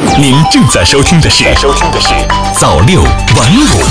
您正在收听的是早六晚五。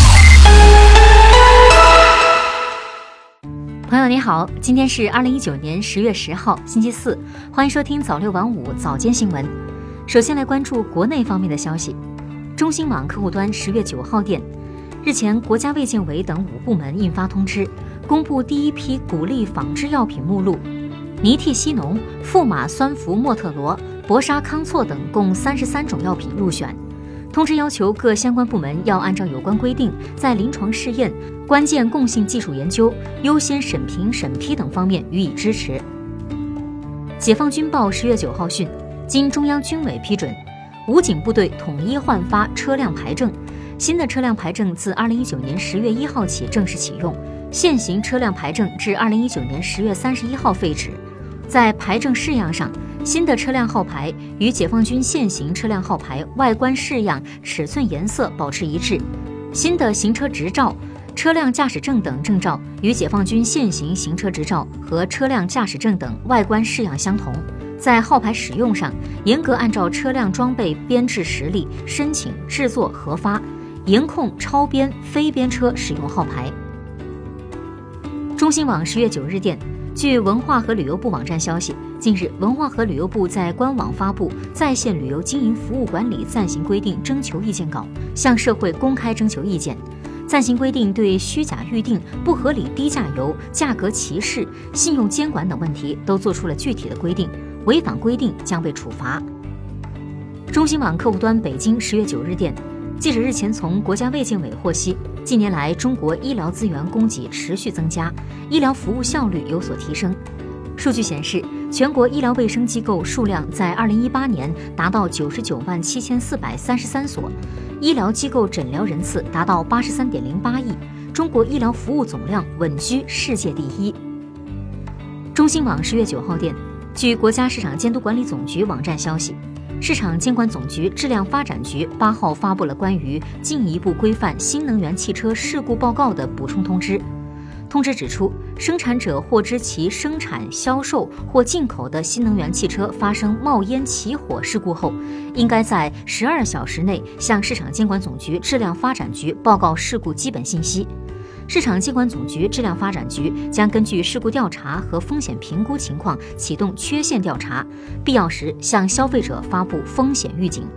朋友你好，今天是2019年10月10号星期四，欢迎收听早六晚五早间新闻。首先来关注国内方面的消息。中新网客户端10月9号电，日前国家卫健委等5部门印发通知，公布第一批鼓励仿制药品目录，尼替西农、富马酸氟莫特罗、博沙康唑等共33种药品入选。通知要求各相关部门要按照有关规定，在临床试验、关键共性技术研究、优先审评审批等方面予以支持。解放军报10月9号讯，经中央军委批准，武警部队统一换发车辆牌证，新的车辆牌证自2019年10月1号起正式启用，现行车辆牌证至2019年10月31号废止。在牌证式样上，新的车辆号牌与解放军现行车辆号牌外观式样、尺寸、颜色保持一致。新的行车执照、车辆驾驶证等证照与解放军现行行车执照和车辆驾驶证等外观式样相同。在号牌使用上，严格按照车辆装备编制实力申请、制作、核发，严控超编、非编车使用号牌。中新网10月9日电，据文化和旅游部网站消息，近日文化和旅游部在官网发布在线旅游经营服务管理暂行规定征求意见稿，向社会公开征求意见。暂行规定对虚假预订、不合理低价游、价格歧视、信用监管等问题都做出了具体的规定，违反规定将被处罚。中新网客户端北京10月9日电，记者日前从国家卫健委获悉，近年来中国医疗资源供给持续增加，医疗服务效率有所提升。数据显示，全国医疗卫生机构数量在2018年达到997433所，医疗机构诊疗人次达到83.08亿，中国医疗服务总量稳居世界第一。中新网10月9号电，据国家市场监督管理总局网站消息，市场监管总局质量发展局8号发布了关于进一步规范新能源汽车事故报告的补充通知。通知指出，生产者获知其生产、销售或进口的新能源汽车发生冒烟起火事故后，应该在12小时内向市场监管总局质量发展局报告事故基本信息。市场监管总局质量发展局将根据事故调查和风险评估情况启动缺陷调查，必要时向消费者发布风险预警。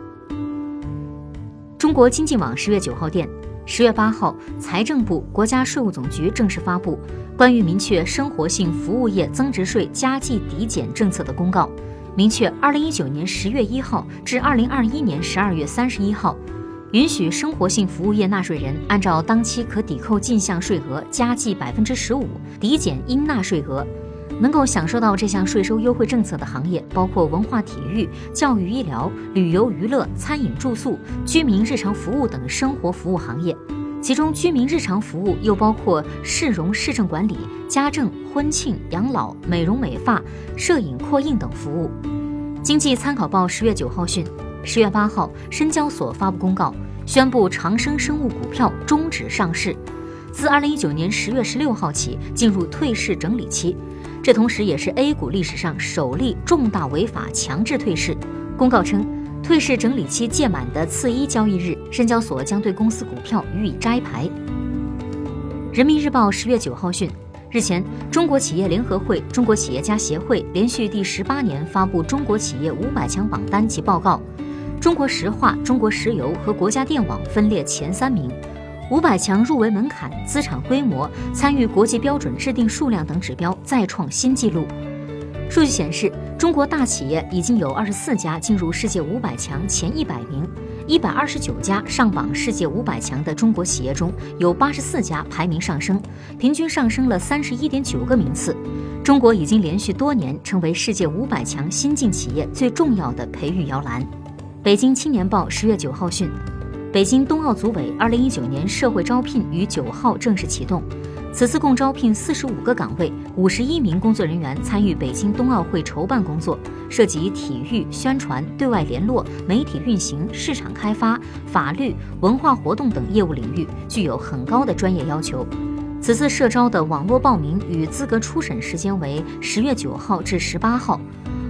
中国经济网10月9号电，10月8号，财政部、国家税务总局正式发布关于明确生活性服务业增值税加计抵减政策的公告，明确2019年10月1号至2021年12月31号，允许生活性服务业纳税人按照当期可抵扣进项税额加计15%抵减应纳税额。能够享受到这项税收优惠政策的行业包括文化体育、教育医疗、旅游娱乐、餐饮住宿、居民日常服务等生活服务行业，其中居民日常服务又包括市容市政管理、家政、婚庆、养老、美容美发、摄影扩印等服务。经济参考报10月9号讯，10月8号，深交所发布公告，宣布长生生物股票终止上市，自2019年10月16号起进入退市整理期。这同时也是 A 股历史上首例重大违法强制退市。公告称，退市整理期届满的次一交易日，深交所将对公司股票予以摘牌。人民日报10月9号讯，日前，中国企业联合会、中国企业家协会连续第18年发布中国企业500强榜单及报告，中国石化、中国石油和国家电网分列前3名。500强入围门槛、资产规模、参与国际标准制定数量等指标再创新纪录。数据显示，中国大企业已经有24家进入世界500强前100名，129家上榜世界500强的中国企业中，有84家排名上升，平均上升了31.9个名次。中国已经连续多年成为世界500强新晋企业最重要的培育摇篮。北京青年报10月9号讯，北京冬奥组委2019年社会招聘于9号正式启动，此次共招聘45个岗位，51名工作人员参与北京冬奥会筹办工作，涉及体育、宣传、对外联络、媒体运行、市场开发、法律、文化活动等业务领域，具有很高的专业要求。此次社招的网络报名与资格初审时间为10月9号至18号。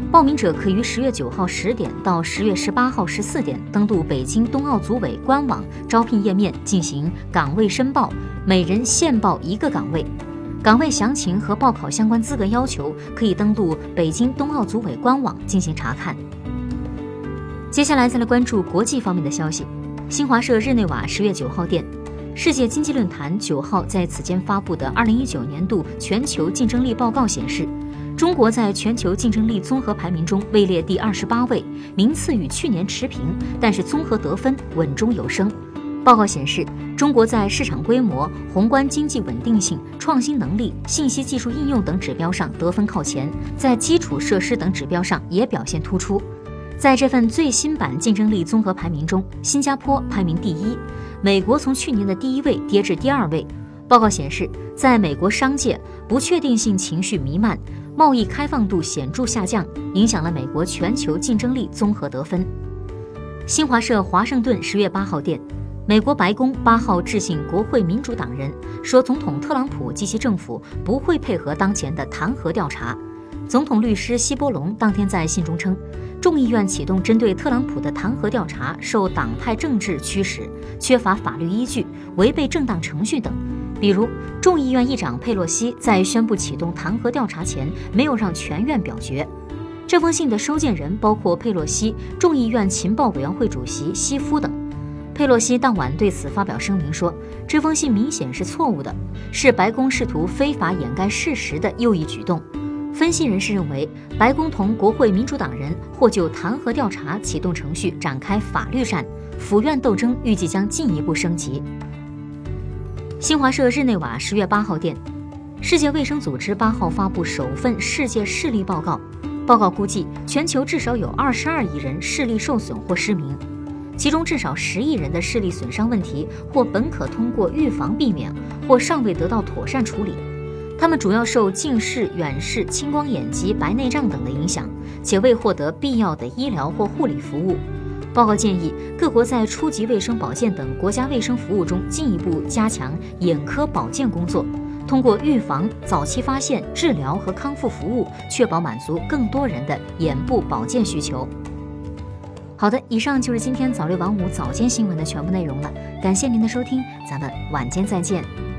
报名者可于10月9号10点到10月18号14点登录北京冬奥组委官网招聘页面进行岗位申报，每人限报1个岗位。岗位详情和报考相关资格要求可以登录北京冬奥组委官网进行查看。接下来再来关注国际方面的消息。新华社日内瓦10月9号电，世界经济论坛9号在此间发布的2019年度全球竞争力报告显示，中国在全球竞争力综合排名中位列第28位，名次与去年持平，但是综合得分稳中有升。报告显示，中国在市场规模、宏观经济稳定性、创新能力、信息技术应用等指标上得分靠前，在基础设施等指标上也表现突出。在这份最新版竞争力综合排名中，新加坡排名第1，美国从去年的第1位跌至第2位。报告显示，在美国商界，不确定性情绪弥漫，贸易开放度显著下降，影响了美国全球竞争力综合得分。新华社华盛顿10月8号电，美国白宫8号致信国会民主党人，说总统特朗普及其政府不会配合当前的弹劾调查。总统律师希波隆当天在信中称，众议院启动针对特朗普的弹劾调查受党派政治驱使，缺乏法律依据，违背正当程序等。比如，众议院议长佩洛西在宣布启动弹劾调查前，没有让全院表决。这封信的收件人包括佩洛西、众议院情报委员会主席希夫等。佩洛西当晚对此发表声明说，这封信明显是错误的，是白宫试图非法掩盖事实的右翼举动。分析人士认为，白宫同国会民主党人或就弹劾调查启动程序展开法律战，府院斗争预计将进一步升级。新华社日内瓦10月8号电，世界卫生组织8号发布首份世界视力报告，报告估计全球至少有22亿人视力受损或失明，其中至少10亿人的视力损伤问题或本可通过预防避免，或尚未得到妥善处理。他们主要受近视、远视、青光眼及白内障等的影响，且未获得必要的医疗或护理服务。报告建议各国在初级卫生保健等国家卫生服务中进一步加强眼科保健工作，通过预防、早期发现、治疗和康复服务，确保满足更多人的眼部保健需求。好的，以上就是今天早6晚5早间新闻的全部内容了，感谢您的收听，咱们晚间再见。